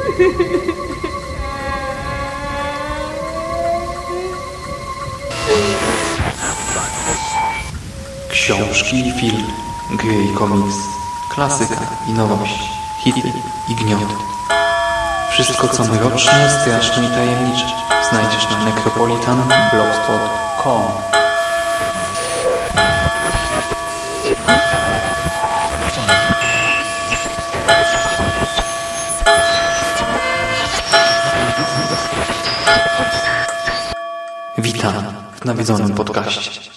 Książki, film, gry i komiks, klasyka i nowość, hity i gnioty. Wszystko co mroczne, straszne i tajemnicze znajdziesz na necropolitanblogspot.com. Witam w nawiedzonym podcaście.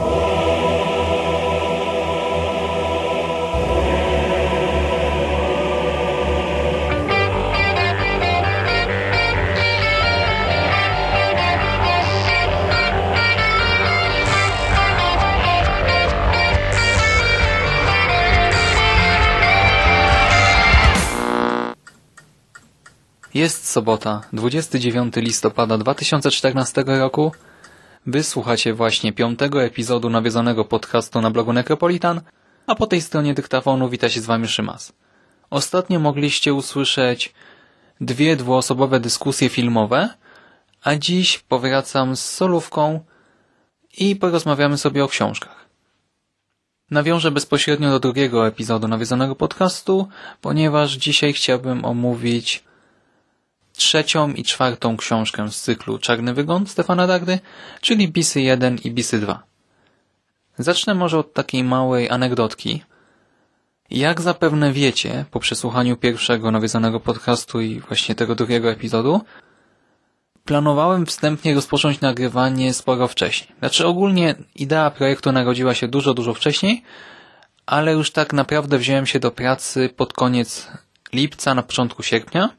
Jest sobota, 29 listopada 2014 roku. Wysłuchacie właśnie 5. epizodu nawiedzonego podcastu na blogu Necropolitan, a po tej stronie dyktafonu wita się z wami Szymas. Ostatnio mogliście usłyszeć dwie dwuosobowe dyskusje filmowe, a dziś powracam z solówką i porozmawiamy sobie o książkach. Nawiążę bezpośrednio do drugiego epizodu nawiedzonego podcastu, ponieważ dzisiaj chciałbym omówić trzecią i czwartą książkę z cyklu Czarny Wygon Stefana Dardy, czyli Bisy 1 i Bisy 2. Zacznę może od takiej małej anegdotki. Jak zapewne wiecie, po przesłuchaniu pierwszego nawiedzonego podcastu i właśnie tego drugiego epizodu, planowałem wstępnie rozpocząć nagrywanie sporo wcześniej. Znaczy ogólnie idea projektu narodziła się dużo wcześniej, ale już tak naprawdę wziąłem się do pracy pod koniec lipca, na początku sierpnia.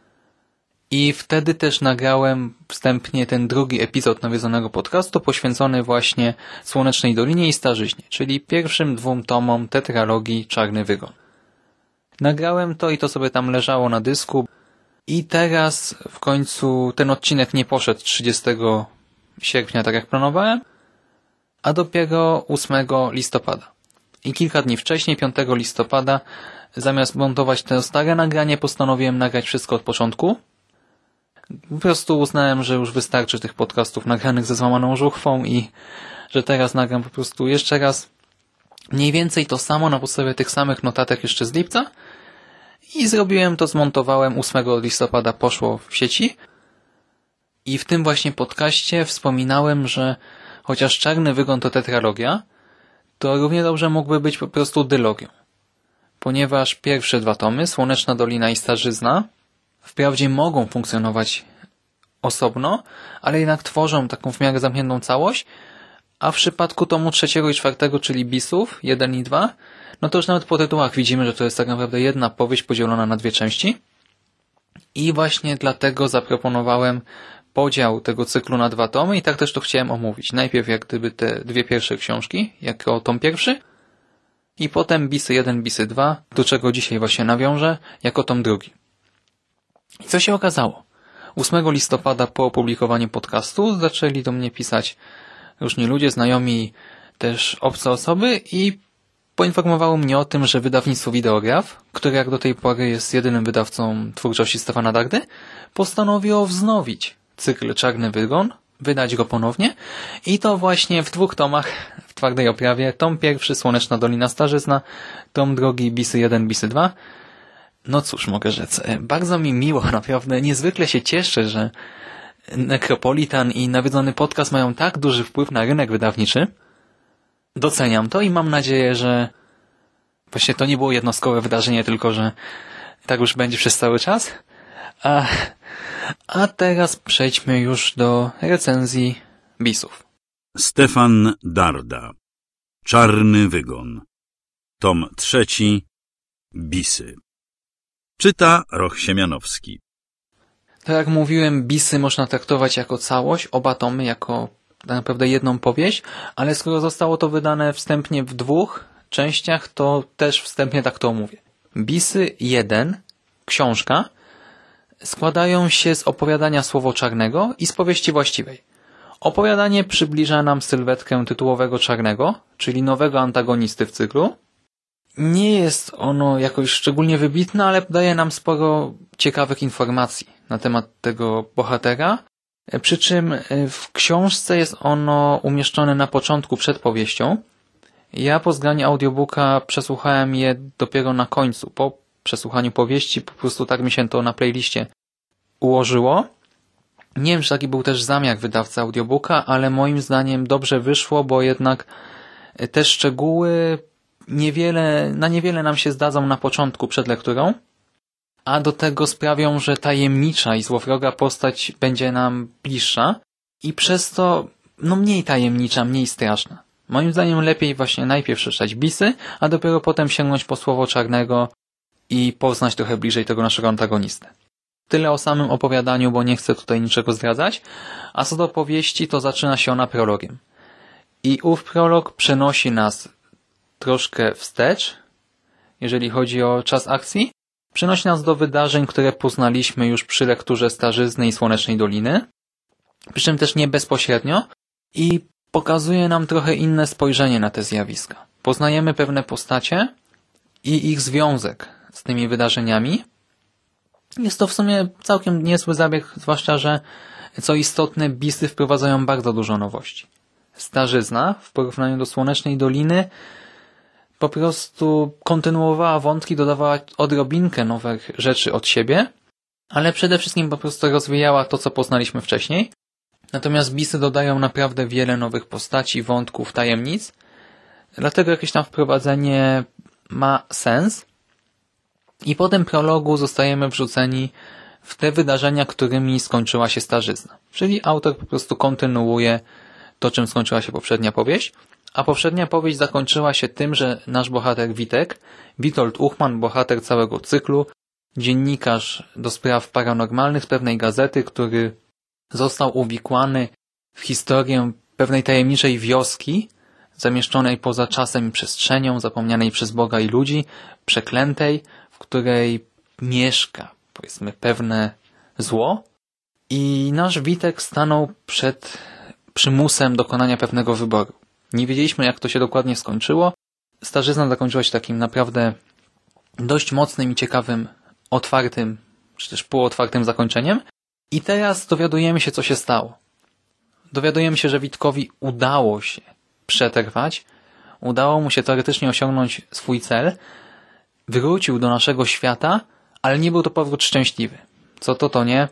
I wtedy też nagrałem wstępnie ten drugi epizod nawiedzonego podcastu poświęcony właśnie Słonecznej Dolinie i Starzyźnie, czyli pierwszym 2 tomom tetralogii Czarny Wygon. Nagrałem to i to sobie tam leżało na dysku i teraz w końcu ten odcinek nie poszedł 30 sierpnia, tak jak planowałem, a dopiero 8 listopada. I kilka dni wcześniej, 5 listopada, zamiast montować to stare nagranie, postanowiłem nagrać wszystko od początku. Po prostu uznałem, że już wystarczy tych podcastów nagranych ze złamaną żuchwą i że teraz nagram po prostu jeszcze raz mniej więcej to samo na podstawie tych samych notatek jeszcze z lipca i zrobiłem to, zmontowałem 8 listopada, poszło w sieci i w tym właśnie podcaście wspominałem, że chociaż Czarny Wygon to tetralogia, to równie dobrze mógłby być po prostu dylogią, ponieważ pierwsze 2 tomy, Słoneczna Dolina i Starzyzna, wprawdzie mogą funkcjonować osobno, ale jednak tworzą taką w miarę zamkniętą całość, a w przypadku tomu 3 i 4, czyli Bisów 1 i 2, no to już nawet po tytułach widzimy, że to jest tak naprawdę jedna powieść podzielona na 2 części. I właśnie dlatego zaproponowałem podział tego cyklu na 2 tomy i tak też to chciałem omówić. Najpierw jak gdyby te 2 pierwsze książki, jako tom pierwszy, i potem Bisy 1, Bisy 2, do czego dzisiaj właśnie nawiążę, jako tom drugi. I co się okazało? 8 listopada po opublikowaniu podcastu zaczęli do mnie pisać różni ludzie, znajomi, też obce osoby i poinformowało mnie o tym, że wydawnictwo Wideograf, które jak do tej pory jest jedynym wydawcą twórczości Stefana Dardy, postanowiło wznowić cykl Czarny Wygon, wydać go ponownie i to właśnie w 2 tomach w twardej oprawie. Tom pierwszy Słoneczna Dolina Starzyzna, tom drugi Bisy 1, Bisy 2. No cóż mogę rzec, bardzo mi miło, naprawdę niezwykle się cieszę, że Necropolitan i nawiedzony podcast mają tak duży wpływ na rynek wydawniczy. Doceniam to i mam nadzieję, że właśnie to nie było jednostkowe wydarzenie, tylko że tak już będzie przez cały czas. A teraz przejdźmy już do recenzji Bisów. Stefan Darda. Czarny Wygon. Tom 3. Bisy. Czyta Roch Siemianowski. Tak jak mówiłem, Bisy można traktować jako całość, oba tomy jako tak naprawdę jedną powieść, ale skoro zostało to wydane wstępnie w 2 częściach, to też wstępnie tak to omówię. Bisy 1, książka, składają się z opowiadania Słowo Czarnego i z powieści właściwej. Opowiadanie przybliża nam sylwetkę tytułowego Czarnego, czyli nowego antagonisty w cyklu. Nie jest ono jakoś szczególnie wybitne, ale daje nam sporo ciekawych informacji na temat tego bohatera, przy czym w książce jest ono umieszczone na początku przed powieścią. Ja po zgraniu audiobooka przesłuchałem je dopiero na końcu, po przesłuchaniu powieści, po prostu tak mi się to na playliście ułożyło. Nie wiem, czy taki był też zamiar wydawcy audiobooka, ale moim zdaniem dobrze wyszło, bo jednak te szczegóły na niewiele nam się zdadzą na początku przed lekturą, a do tego sprawią, że tajemnicza i złowroga postać będzie nam bliższa i przez to mniej tajemnicza, mniej straszna. Moim zdaniem lepiej właśnie najpierw przeczytać Bisy, a dopiero potem sięgnąć po Słowo Czarnego i poznać trochę bliżej tego naszego antagonistę. Tyle o samym opowiadaniu, bo nie chcę tutaj niczego zdradzać, a co do powieści, to zaczyna się ona prologiem. I ów prolog przenosi nas troszkę wstecz, jeżeli chodzi o czas akcji. Przenosi nas do wydarzeń, które poznaliśmy już przy lekturze Starzyzny i Słonecznej Doliny, przy czym też nie bezpośrednio, i pokazuje nam trochę inne spojrzenie na te zjawiska. Poznajemy pewne postacie i ich związek z tymi wydarzeniami. Jest to w sumie całkiem niezły zabieg, zwłaszcza, że co istotne, Bisy wprowadzają bardzo dużo nowości. Starzyzna w porównaniu do Słonecznej Doliny po prostu kontynuowała wątki, dodawała odrobinkę nowych rzeczy od siebie, ale przede wszystkim po prostu rozwijała to, co poznaliśmy wcześniej. Natomiast Bisy dodają naprawdę wiele nowych postaci, wątków, tajemnic, dlatego jakieś tam wprowadzenie ma sens. I po tym prologu zostajemy wrzuceni w te wydarzenia, którymi skończyła się Starzyzna. Czyli autor po prostu kontynuuje to, czym skończyła się poprzednia powieść, a poprzednia powieść zakończyła się tym, że nasz bohater Witek, Witold Uchman, bohater całego cyklu, dziennikarz do spraw paranormalnych z pewnej gazety, który został uwikłany w historię pewnej tajemniczej wioski, zamieszczonej poza czasem i przestrzenią, zapomnianej przez Boga i ludzi, przeklętej, w której mieszka, powiedzmy, pewne zło. I nasz Witek stanął przed przymusem dokonania pewnego wyboru. Nie wiedzieliśmy, jak to się dokładnie skończyło. Starzyzna zakończyła się takim naprawdę dość mocnym i ciekawym, otwartym, czy też półotwartym zakończeniem. I teraz dowiadujemy się, co się stało. Dowiadujemy się, że Witkowi udało się przetrwać, udało mu się teoretycznie osiągnąć swój cel, wrócił do naszego świata, ale nie był to powrót szczęśliwy. Co to nie?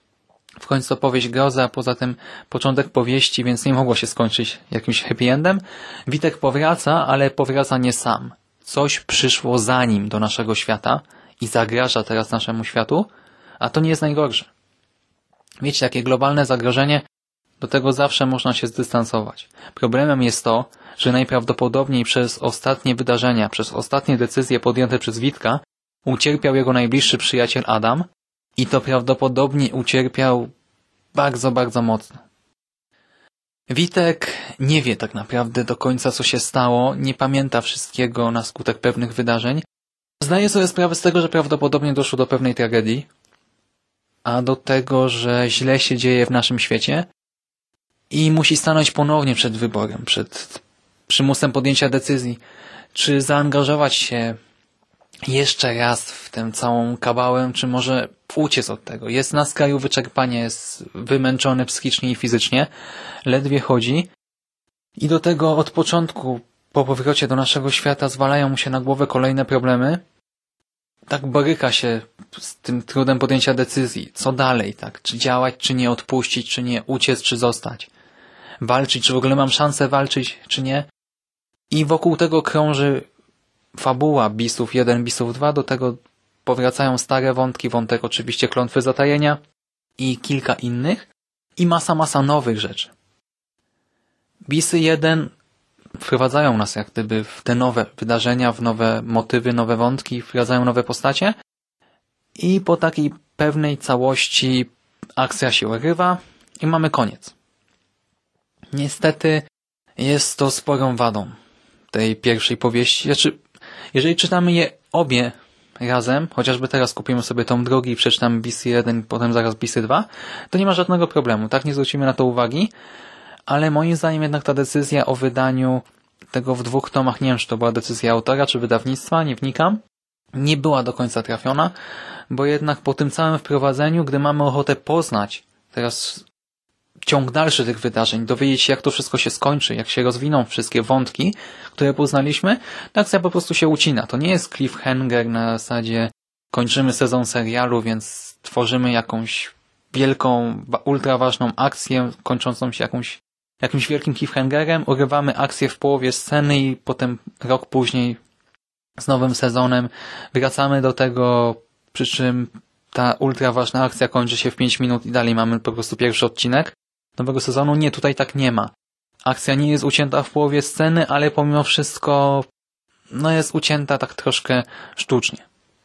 W końcu to powieść grozy, a poza tym początek powieści, więc nie mogło się skończyć jakimś happy endem. Witek powraca, ale powraca nie sam. Coś przyszło za nim do naszego świata i zagraża teraz naszemu światu, a to nie jest najgorsze. Wiecie, takie globalne zagrożenie, do tego zawsze można się zdystansować. Problemem jest to, że najprawdopodobniej przez ostatnie wydarzenia, przez ostatnie decyzje podjęte przez Witka ucierpiał jego najbliższy przyjaciel Adam i to prawdopodobnie ucierpiał bardzo, bardzo mocno. Witek nie wie tak naprawdę do końca, co się stało, nie pamięta wszystkiego na skutek pewnych wydarzeń. Zdaje sobie sprawę z tego, że prawdopodobnie doszło do pewnej tragedii, a do tego, że źle się dzieje w naszym świecie i musi stanąć ponownie przed wyborem, przed przymusem podjęcia decyzji, czy zaangażować się jeszcze raz w tę całą kabałę, czy może uciec od tego. Jest na skraju wyczerpania, jest wymęczony psychicznie i fizycznie, ledwie chodzi i do tego od początku po powrocie do naszego świata zwalają mu się na głowę kolejne problemy. Tak boryka się z tym trudem podjęcia decyzji. Co dalej, tak? Czy działać, czy nie, odpuścić, czy nie, uciec, czy zostać. Walczyć, czy w ogóle mam szansę walczyć, czy nie. I wokół tego krąży fabuła Bisów 1, Bisów 2, do tego powracają stare wątki, wątek oczywiście Klątwy Zatajenia i kilka innych i masa nowych rzeczy. Bisy 1 wprowadzają nas jak gdyby w te nowe wydarzenia, w nowe motywy, nowe wątki, wprowadzają nowe postacie i po takiej pewnej całości akcja się urywa i mamy koniec. Niestety jest to sporą wadą tej pierwszej powieści. Znaczy, jeżeli czytamy je obie razem, chociażby teraz kupimy sobie tom drugi i przeczytamy Bisy 1, potem zaraz Bisy 2, to nie ma żadnego problemu, tak, nie zwrócimy na to uwagi, ale moim zdaniem jednak ta decyzja o wydaniu tego w 2 tomach, nie wiem, czy to była decyzja autora, czy wydawnictwa, nie wnikam, nie była do końca trafiona, bo jednak po tym całym wprowadzeniu, gdy mamy ochotę poznać teraz ciąg dalszy tych wydarzeń, dowiedzieć się, jak to wszystko się skończy, jak się rozwiną wszystkie wątki, które poznaliśmy, ta akcja po prostu się ucina. To nie jest cliffhanger na zasadzie kończymy sezon serialu, więc tworzymy jakąś wielką, ultra ważną akcję, kończącą się jakimś wielkim cliffhangerem, urywamy akcję w połowie sceny i potem rok później z nowym sezonem wracamy do tego, przy czym ta ultra ważna akcja kończy się w 5 minut i dalej mamy po prostu pierwszy odcinek nowego sezonu. Nie, tutaj tak nie ma. Akcja nie jest ucięta w połowie sceny, ale pomimo wszystko jest ucięta tak troszkę sztucznie.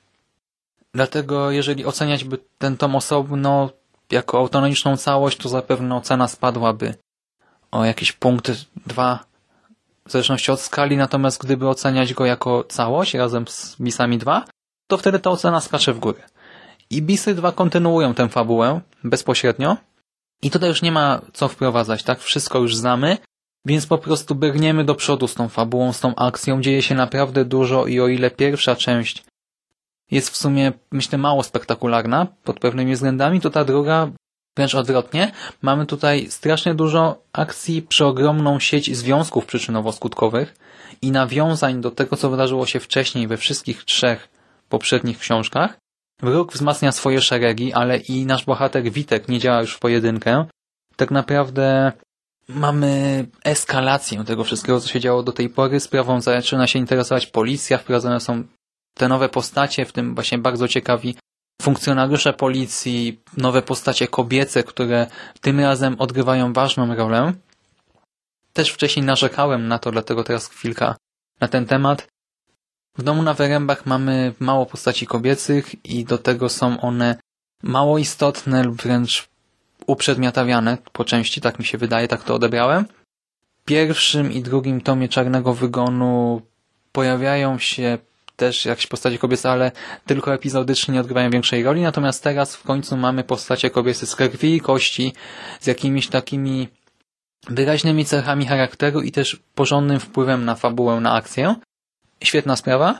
Dlatego jeżeli oceniać by ten tom osobno jako autonomiczną całość, to zapewne ocena spadłaby o jakiś punkt 2 w zależności od skali, natomiast gdyby oceniać go jako całość razem z Bisami 2, to wtedy ta ocena skacze w górę. I Bisy 2 kontynuują tę fabułę bezpośrednio i tutaj już nie ma co wprowadzać, tak? Wszystko już znamy, więc po prostu biegniemy do przodu z tą fabułą, z tą akcją. Dzieje się naprawdę dużo i o ile pierwsza część jest w sumie, myślę, mało spektakularna pod pewnymi względami, to ta druga wręcz odwrotnie. Mamy tutaj strasznie dużo akcji, przeogromną sieć związków przyczynowo-skutkowych i nawiązań do tego, co wydarzyło się wcześniej we wszystkich 3 poprzednich książkach. Wróg wzmacnia swoje szeregi, ale i nasz bohater Witek nie działa już w pojedynkę. Tak naprawdę mamy eskalację tego wszystkiego, co się działo do tej pory. Sprawą zaczyna się interesować policja, wprowadzone są te nowe postacie, w tym właśnie bardzo ciekawi funkcjonariusze policji, nowe postacie kobiece, które tym razem odgrywają ważną rolę. Też wcześniej narzekałem na to, dlatego teraz chwilka na ten temat. W Domu na Wyrębach mamy mało postaci kobiecych i do tego są one mało istotne lub wręcz uprzedmiotawiane po części, tak mi się wydaje, tak to odebrałem. W pierwszym i drugim tomie Czarnego Wygonu pojawiają się też jakieś postacie kobiece, ale tylko epizodycznie nie odgrywają większej roli, natomiast teraz w końcu mamy postacie kobiece z krwi i kości, z jakimiś takimi wyraźnymi cechami charakteru i też porządnym wpływem na fabułę, na akcję. Świetna sprawa.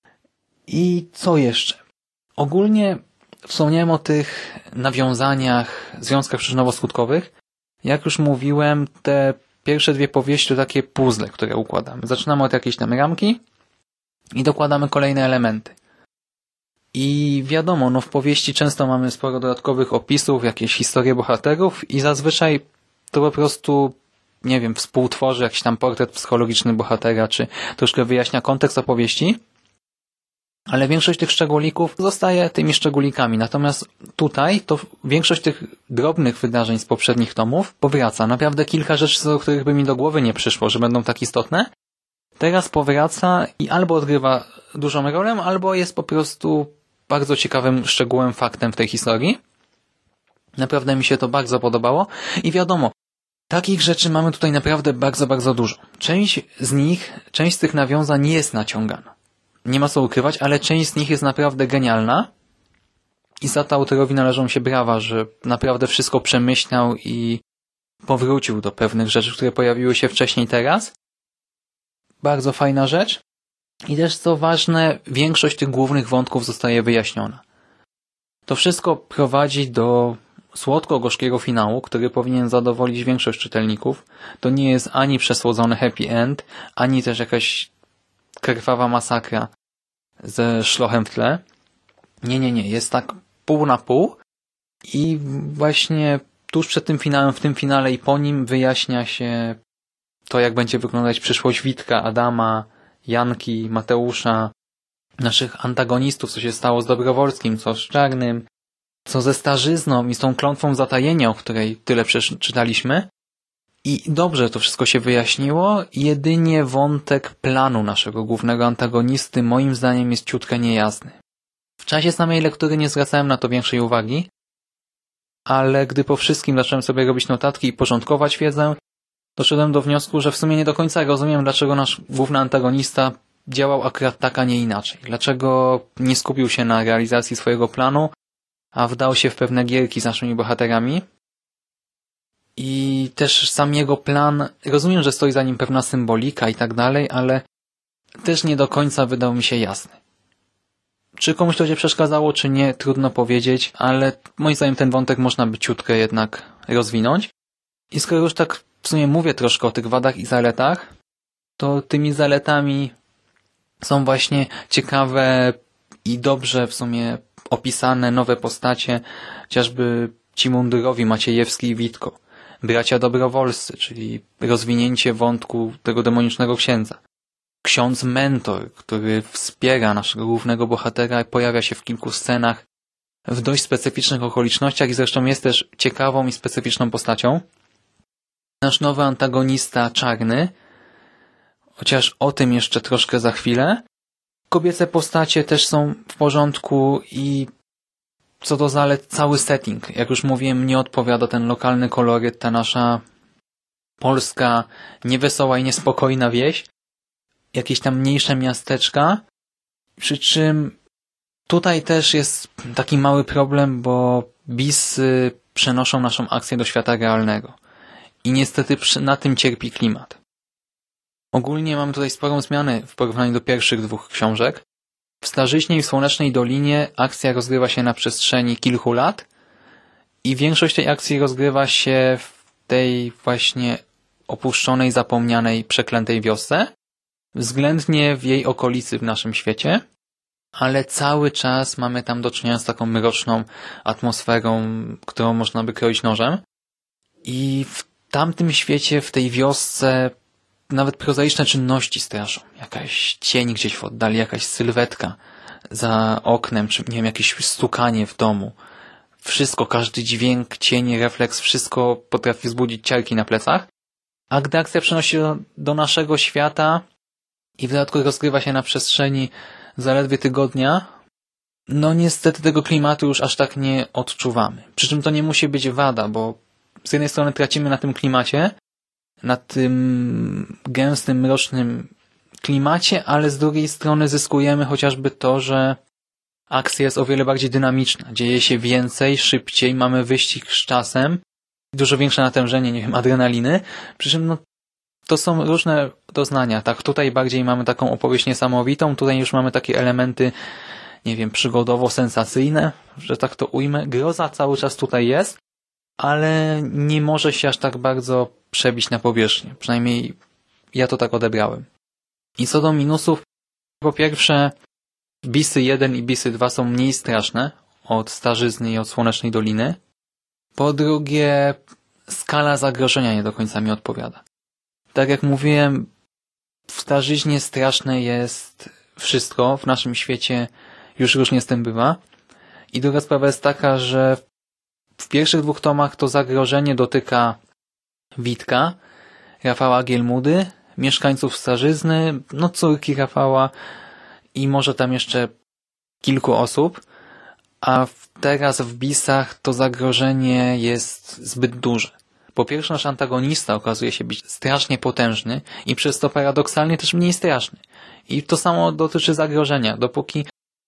I co jeszcze? Ogólnie wspomniałem o tych nawiązaniach, związkach przyczynowo-skutkowych. Jak już mówiłem, te pierwsze 2 powieści to takie puzzle, które układamy. Zaczynamy od jakiejś tam ramki i dokładamy kolejne elementy. I wiadomo, w powieści często mamy sporo dodatkowych opisów, jakieś historie bohaterów i zazwyczaj to po prostu, nie wiem, współtworzy jakiś tam portret psychologiczny bohatera, czy troszkę wyjaśnia kontekst opowieści, ale większość tych szczególików zostaje tymi szczególikami. Natomiast tutaj to większość tych drobnych wydarzeń z poprzednich tomów powraca. Naprawdę kilka rzeczy, do których by mi do głowy nie przyszło, że będą tak istotne, teraz powraca i albo odgrywa dużą rolę, albo jest po prostu bardzo ciekawym szczegółem, faktem w tej historii. Naprawdę mi się to bardzo podobało i wiadomo, takich rzeczy mamy tutaj naprawdę bardzo, bardzo dużo. Część z tych nawiązań nie jest naciągana. Nie ma co ukrywać, ale część z nich jest naprawdę genialna i za to autorowi należą się brawa, że naprawdę wszystko przemyślał i powrócił do pewnych rzeczy, które pojawiły się wcześniej teraz. Bardzo fajna rzecz. I też co ważne, większość tych głównych wątków zostaje wyjaśniona. To wszystko prowadzi do słodko-gorzkiego finału, który powinien zadowolić większość czytelników. To nie jest ani przesłodzony happy end, ani też jakaś krwawa masakra ze szlochem w tle. Nie. Jest tak pół na pół i właśnie tuż przed tym finałem, w tym finale i po nim wyjaśnia się to, jak będzie wyglądać przyszłość Witka, Adama, Janki, Mateusza, naszych antagonistów, co się stało z Dobrowolskim, co z Czarnym, co ze Starzyzną i z tą klątwą zatajenia, o której tyle przeczytaliśmy. I dobrze to wszystko się wyjaśniło, jedynie wątek planu naszego głównego antagonisty moim zdaniem jest ciutkę niejasny. W czasie samej lektury nie zwracałem na to większej uwagi, ale gdy po wszystkim zacząłem sobie robić notatki i porządkować wiedzę, doszedłem do wniosku, że w sumie nie do końca rozumiem, dlaczego nasz główny antagonista działał akurat tak, a nie inaczej. Dlaczego nie skupił się na realizacji swojego planu, a wdał się w pewne gierki z naszymi bohaterami. I też sam jego plan, rozumiem, że stoi za nim pewna symbolika i tak dalej, ale też nie do końca wydał mi się jasny. Czy komuś to się przeszkadzało, czy nie, trudno powiedzieć, ale moim zdaniem ten wątek można by ciutkę jednak rozwinąć. I skoro już tak w sumie mówię troszkę o tych wadach i zaletach, to tymi zaletami są właśnie ciekawe i dobrze w sumie opisane nowe postacie, chociażby ci mundurowi Maciejewski i Witko, bracia dobrowolscy, czyli rozwinięcie wątku tego demonicznego księdza. Ksiądz mentor, który wspiera naszego głównego bohatera, pojawia się w kilku scenach w dość specyficznych okolicznościach i zresztą jest też ciekawą i specyficzną postacią. Nasz nowy antagonista Czarny, chociaż o tym jeszcze troszkę za chwilę. Kobiece postacie też są w porządku i co do zalet cały setting. Jak już mówiłem, nie odpowiada ten lokalny koloryt, ta nasza polska, niewesoła i niespokojna wieś. Jakieś tam mniejsze miasteczka. Przy czym tutaj też jest taki mały problem, bo bisy przenoszą naszą akcję do świata realnego. I niestety na tym cierpi klimat. Ogólnie mamy tutaj sporą zmianę w porównaniu do pierwszych dwóch książek. W Starzyźnie i w Słonecznej Dolinie akcja rozgrywa się na przestrzeni kilku lat i większość tej akcji rozgrywa się w tej właśnie opuszczonej, zapomnianej, przeklętej wiosce, względnie w jej okolicy w naszym świecie, ale cały czas mamy tam do czynienia z taką mroczną atmosferą, którą można by kroić nożem. I w tamtym świecie, w tej wiosce nawet prozaiczne czynności straszą. Jakaś cień gdzieś w oddali, jakaś sylwetka za oknem, czy nie wiem, jakieś stukanie w domu. Wszystko, każdy dźwięk, cień, refleks, wszystko potrafi wzbudzić ciarki na plecach. A gdy akcja przenosi się do naszego świata i w dodatku rozgrywa się na przestrzeni zaledwie tygodnia, no niestety tego klimatu już aż tak nie odczuwamy. Przy czym to nie musi być wada, bo z jednej strony tracimy na tym klimacie, na tym gęstym, mrocznym klimacie, ale z drugiej strony zyskujemy chociażby to, że akcja jest o wiele bardziej dynamiczna. Dzieje się więcej, szybciej, mamy wyścig z czasem, dużo większe natężenie, nie wiem, adrenaliny. Przy czym no, to są różne doznania. Tak, tutaj bardziej mamy taką opowieść niesamowitą, tutaj już mamy takie elementy, nie wiem, przygodowo-sensacyjne, że tak to ujmę. Groza cały czas tutaj jest, ale nie może się aż tak bardzo przebić na powierzchnię. Przynajmniej ja to tak odebrałem. I co do minusów, po pierwsze Bisy 1 i Bisy 2 są mniej straszne od Starzyzny i od Słonecznej Doliny. Po drugie skala zagrożenia nie do końca mi odpowiada. Tak jak mówiłem, w Starzyźnie straszne jest wszystko, w naszym świecie już różnie z tym bywa. I druga sprawa jest taka, że w pierwszych dwóch tomach to zagrożenie dotyka Witka, Rafała Gielmudy, mieszkańców Starzyzny, no córki Rafała i może tam jeszcze kilku osób, a teraz w Bisach to zagrożenie jest zbyt duże. Po pierwsze nasz antagonista okazuje się być strasznie potężny i przez to paradoksalnie też mniej straszny. I to samo dotyczy zagrożenia. Dopóki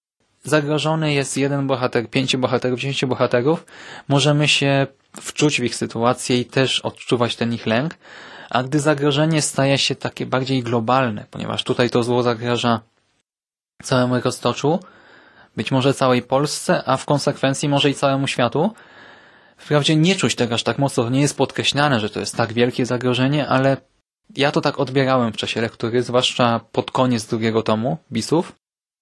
zagrożony jest jeden bohater, 5 bohaterów, 10 bohaterów, możemy się wczuć w ich sytuację i też odczuwać ten ich lęk, a gdy zagrożenie staje się takie bardziej globalne, ponieważ tutaj to zło zagraża całemu Roztoczu, być może całej Polsce, a w konsekwencji może i całemu światu. Wprawdzie nie czuć tego aż tak mocno, to nie jest podkreślane, że to jest tak wielkie zagrożenie, ale ja to tak odbierałem w czasie lektury, zwłaszcza pod koniec drugiego tomu Bisów.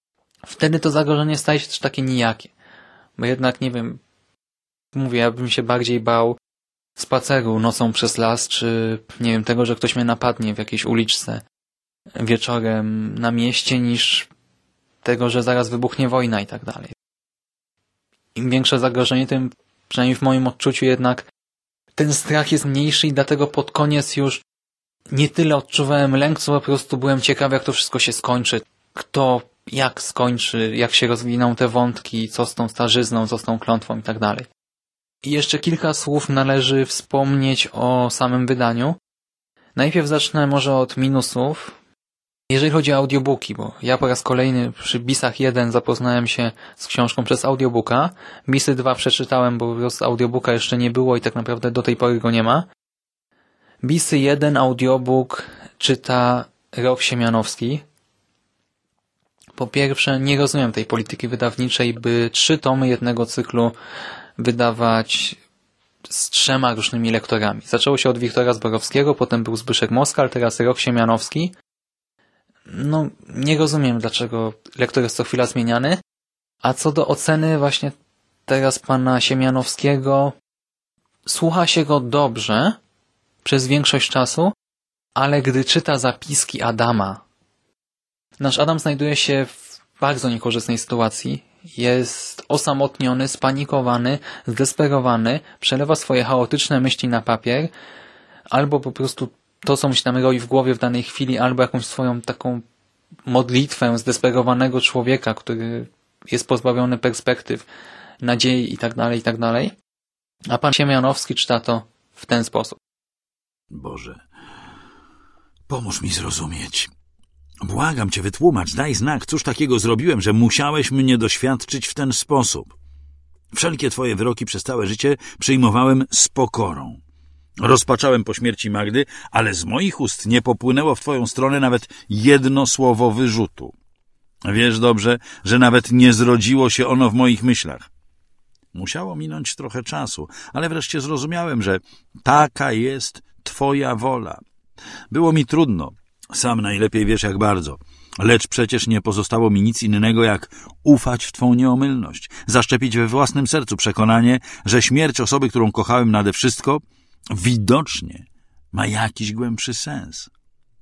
Wtedy to zagrożenie staje się też takie nijakie. Bo jednak, nie wiem, mówię, ja bym się bardziej bał spaceru nocą przez las, czy nie wiem, tego, że ktoś mnie napadnie w jakiejś uliczce wieczorem na mieście, niż tego, że zaraz wybuchnie wojna i tak dalej. Im większe zagrożenie, tym przynajmniej w moim odczuciu jednak ten strach jest mniejszy i dlatego pod koniec już nie tyle odczuwałem lęk, co po prostu byłem ciekawy, jak to wszystko się skończy. Kto, jak skończy, jak się rozwiną te wątki, co z tą starzyzną, co z tą klątwą i tak dalej. I jeszcze kilka słów należy wspomnieć o samym wydaniu. Najpierw zacznę może od minusów. Jeżeli chodzi o audiobooki, bo ja po raz kolejny przy Bisach 1 zapoznałem się z książką przez audiobooka. Bisy 2 przeczytałem, bo po prostu audiobooka jeszcze nie było i tak naprawdę do tej pory go nie ma. Bisy 1 audiobook czyta Rok Siemianowski. Po pierwsze, nie rozumiem tej polityki wydawniczej, by 3 tomy jednego cyklu wydawać z 3 różnymi lektorami. Zaczęło się od Wiktora Zborowskiego, potem był Zbyszek Moskal, teraz Rok Siemianowski. No, nie rozumiem, dlaczego lektor jest co chwila zmieniany. A co do oceny właśnie teraz pana Siemianowskiego, słucha się go dobrze przez większość czasu, ale gdy czyta zapiski Adama, nasz Adam znajduje się w bardzo niekorzystnej sytuacji. Jest osamotniony, spanikowany, zdesperowany, przelewa swoje chaotyczne myśli na papier, albo po prostu to, co mu się tam roi w głowie w danej chwili, albo jakąś swoją taką modlitwę zdesperowanego człowieka, który jest pozbawiony perspektyw, nadziei itd., itd. A pan Siemianowski czyta to w ten sposób. Boże, pomóż mi zrozumieć. Błagam cię, wytłumacz, daj znak, cóż takiego zrobiłem, że musiałeś mnie doświadczyć w ten sposób. Wszelkie twoje wyroki przez całe życie przyjmowałem z pokorą. Rozpaczałem po śmierci Magdy, ale z moich ust nie popłynęło w twoją stronę nawet jedno słowo wyrzutu. Wiesz dobrze, że nawet nie zrodziło się ono w moich myślach. Musiało minąć trochę czasu, ale wreszcie zrozumiałem, że taka jest twoja wola. Było mi trudno, sam najlepiej wiesz jak bardzo, lecz przecież nie pozostało mi nic innego jak ufać w twą nieomylność, zaszczepić we własnym sercu przekonanie, że śmierć osoby, którą kochałem nade wszystko, widocznie ma jakiś głębszy sens.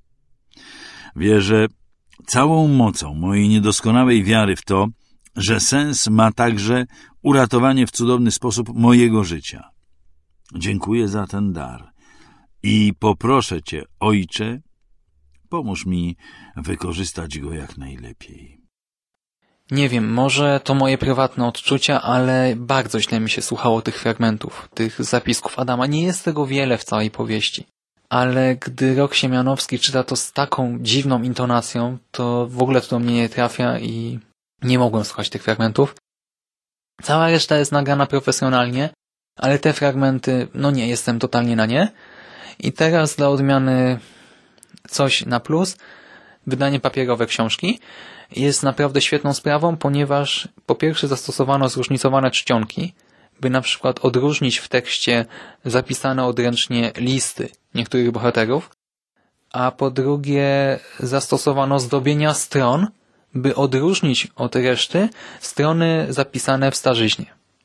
Wierzę całą mocą mojej niedoskonałej wiary w to, że sens ma także uratowanie w cudowny sposób mojego życia. Dziękuję za ten dar i poproszę cię, Ojcze, pomóż mi wykorzystać go jak najlepiej. Nie wiem, może to moje prywatne odczucia, ale bardzo źle mi się słuchało tych fragmentów, tych zapisków Adama. Nie jest tego wiele w całej powieści. Ale gdy Rok Siemianowski czyta to z taką dziwną intonacją, to w ogóle to do mnie nie trafia i nie mogłem słuchać tych fragmentów. Cała reszta jest nagrana profesjonalnie, ale te fragmenty, no nie, jestem totalnie na nie. I teraz dla odmiany coś na plus. Wydanie papierowe książki jest naprawdę świetną sprawą, ponieważ po pierwsze zastosowano zróżnicowane czcionki, by na przykład odróżnić w tekście zapisane odręcznie listy niektórych bohaterów, a po drugie zastosowano zdobienia stron, by odróżnić od reszty strony zapisane w starzyźnie.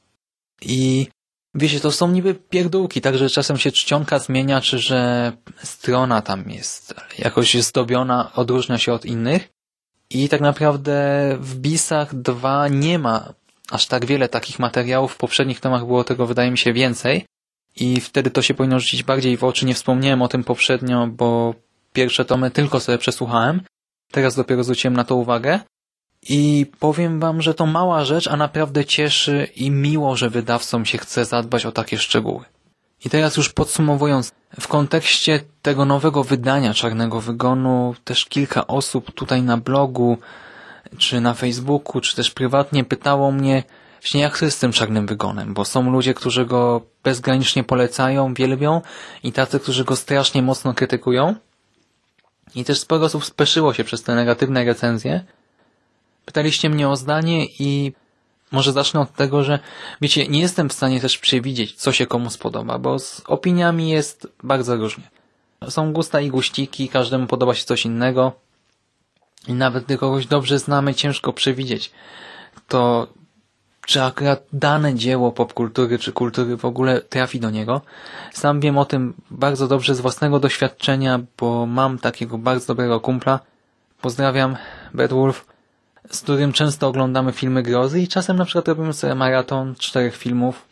I wiecie, to są niby pierdółki, także czasem się czcionka zmienia, czy że strona tam jest jakoś zdobiona, odróżnia się od innych. I tak naprawdę w Bisach 2 nie ma aż tak wiele takich materiałów. W poprzednich tomach było tego, wydaje mi się, więcej. I wtedy to się powinno rzucić bardziej w oczy. Nie wspomniałem o tym poprzednio, bo pierwsze tomy tylko sobie przesłuchałem. Teraz dopiero zwróciłem na to uwagę. I powiem wam, że to mała rzecz, a naprawdę cieszy i miło, że wydawcom się chce zadbać o takie szczegóły. I teraz już podsumowując, w kontekście tego nowego wydania Czarnego Wygonu też kilka osób tutaj na blogu, czy na Facebooku, czy też prywatnie pytało mnie właśnie jak to jest z tym Czarnym Wygonem, bo są ludzie, którzy go bezgranicznie polecają, wielbią i tacy, którzy go strasznie mocno krytykują. I też sporo osób speszyło się przez te negatywne recenzje. Pytaliście mnie o zdanie i może zacznę od tego, że wiecie, nie jestem w stanie też przewidzieć, co się komu spodoba, bo z opiniami jest bardzo różnie. Są gusta i guściki, każdemu podoba się coś innego i nawet gdy kogoś dobrze znamy, ciężko przewidzieć to, czy akurat dane dzieło popkultury czy kultury w ogóle trafi do niego. Sam wiem o tym bardzo dobrze z własnego doświadczenia, bo mam takiego bardzo dobrego kumpla, pozdrawiam, Bedwulf, z którym często oglądamy filmy grozy i czasem na przykład robimy sobie maraton 4 filmów.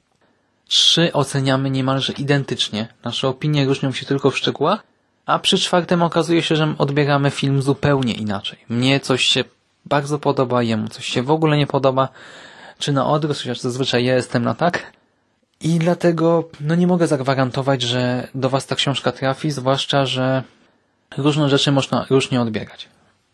3 oceniamy niemalże identycznie. Nasze opinie różnią się tylko w szczegółach, a przy 4 okazuje się, że odbieramy film zupełnie inaczej. Mnie coś się bardzo podoba, jemu coś się w ogóle nie podoba, czy na odwrót, chociaż zazwyczaj ja jestem na tak. I dlatego nie mogę zagwarantować, że do was ta książka trafi, zwłaszcza, że różne rzeczy można różnie odbierać.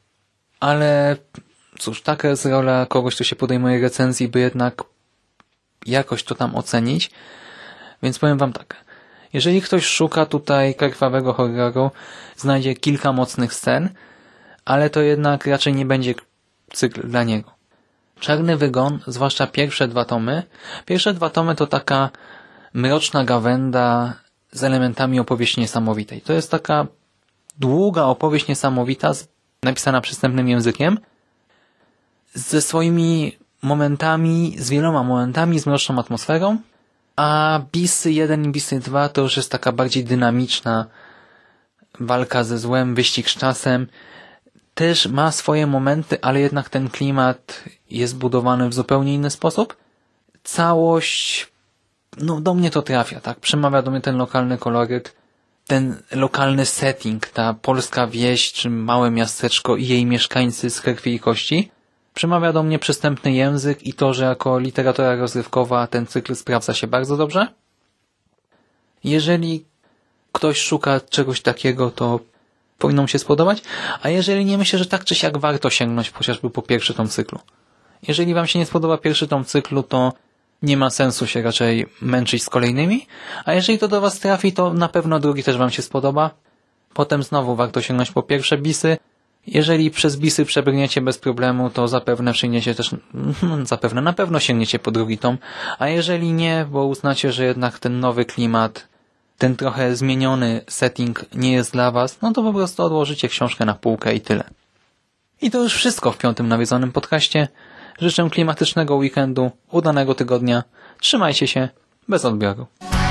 Ale cóż, taka jest rola kogoś, kto się podejmuje recenzji, by jednak jakoś to tam ocenić. Więc powiem wam tak. Jeżeli ktoś szuka tutaj krwawego horroru, znajdzie kilka mocnych scen, ale to jednak raczej nie będzie cykl dla niego. Czarny Wygon, zwłaszcza pierwsze 2 tomy. Pierwsze 2 tomy to taka mroczna gawęda z elementami opowieści niesamowitej. To jest taka długa opowieść niesamowita, napisana przystępnym językiem, ze swoimi momentami, z wieloma momentami, z mroczną atmosferą, a Bisy 1 i Bisy 2 to już jest taka bardziej dynamiczna walka ze złem, wyścig z czasem. Też ma swoje momenty, ale jednak ten klimat jest budowany w zupełnie inny sposób. Całość, do mnie to trafia, tak? Przemawia do mnie ten lokalny koloryt, ten lokalny setting, ta polska wieś, czy małe miasteczko i jej mieszkańcy z krwi i kości. Przemawia do mnie przystępny język i to, że jako literatura rozrywkowa ten cykl sprawdza się bardzo dobrze. Jeżeli ktoś szuka czegoś takiego, to powinno mu się spodobać, a jeżeli nie, myślę, że tak czy siak warto sięgnąć chociażby po pierwszy tom cyklu. Jeżeli wam się nie spodoba pierwszy tom cyklu, to nie ma sensu się raczej męczyć z kolejnymi, a jeżeli to do was trafi, to na pewno drugi też wam się spodoba. Potem znowu warto sięgnąć po pierwsze Bisy. Jeżeli przez Bisy przebrniecie bez problemu, to zapewne sięgniecie też, na pewno sięgniecie po drugi tom, a jeżeli nie, bo uznacie, że jednak ten nowy klimat, ten trochę zmieniony setting nie jest dla was, no to po prostu odłożycie książkę na półkę i tyle. I to już wszystko w 5. nawiedzonym podcaście. Życzę klimatycznego weekendu, udanego tygodnia. Trzymajcie się, bez odbioru.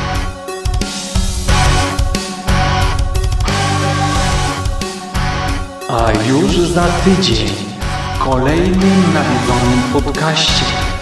A już za tydzień w kolejnym nawiedzonym podcaście.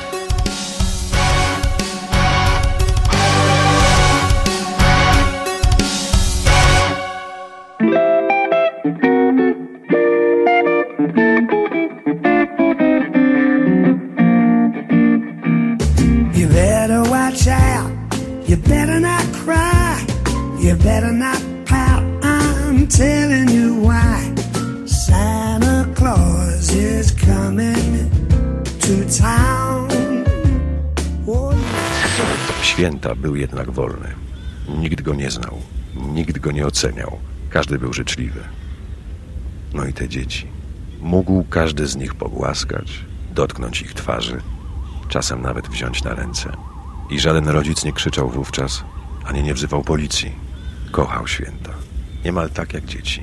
You better watch out, you better not cry, you better not pout, I'm telling you why. Santa Claus is coming to town. Święta był jednak wolny. Nikt go nie znał, nikt go nie oceniał. Każdy był życzliwy. No i te dzieci. Mógł każdy z nich pogłaskać, dotknąć ich twarzy, czasem nawet wziąć na ręce. I żaden rodzic nie krzyczał wówczas, ani nie wzywał policji. Kochał święta. Niemal tak jak dzieci.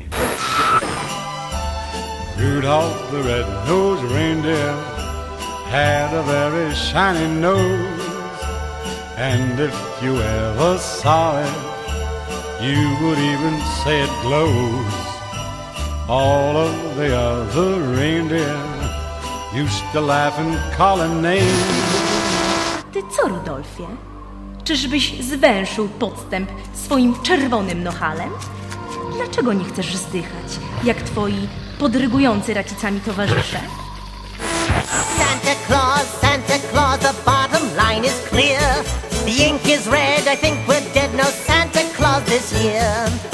Rudolph the red-nosed reindeer had a very shiny nose, and if you ever saw it, you would even say it glows. All of the other reindeer used to laugh and call him names. A ty co, Rudolfie? Czyżbyś zwęszył podstęp swoim czerwonym nohalem? Dlaczego nie chcesz zdychać, jak twoi podrygujący racicami towarzysze? Santa Claus, the bottom line is clear. The ink is red, I think we're dead, no Santa Claus this year.